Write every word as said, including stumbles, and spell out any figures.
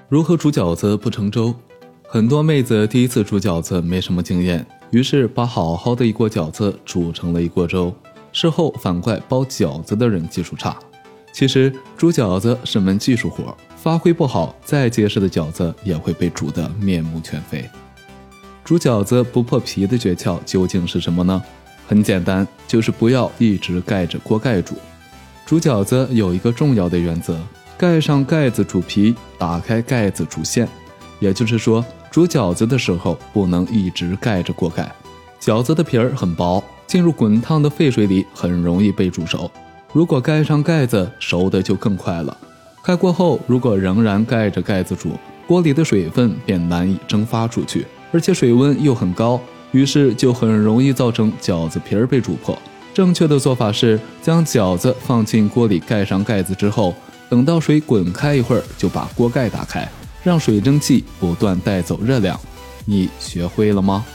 如何煮饺子不成粥？很多妹子第一次煮饺子没什么经验，于是把好好的一锅饺子煮成了一锅粥，事后反怪包饺子的人技术差。其实煮饺子是门技术活，发挥不好，再结实的饺子也会被煮得面目全非。煮饺子不破皮的诀窍究竟是什么呢？很简单，就是不要一直盖着锅盖煮。煮饺子有一个重要的原则，盖上盖子煮皮，打开盖子煮馅。也就是说，煮饺子的时候不能一直盖着锅盖。饺子的皮儿很薄，进入滚烫的沸水里很容易被煮熟。如果盖上盖子，熟的就更快了。开锅后，如果仍然盖着盖子煮，锅里的水分便难以蒸发出去，而且水温又很高，于是就很容易造成饺子皮儿被煮破。正确的做法是，将饺子放进锅里，盖上盖子之后，等到水滚开一会儿，就把锅盖打开，让水蒸气不断带走热量。你学会了吗？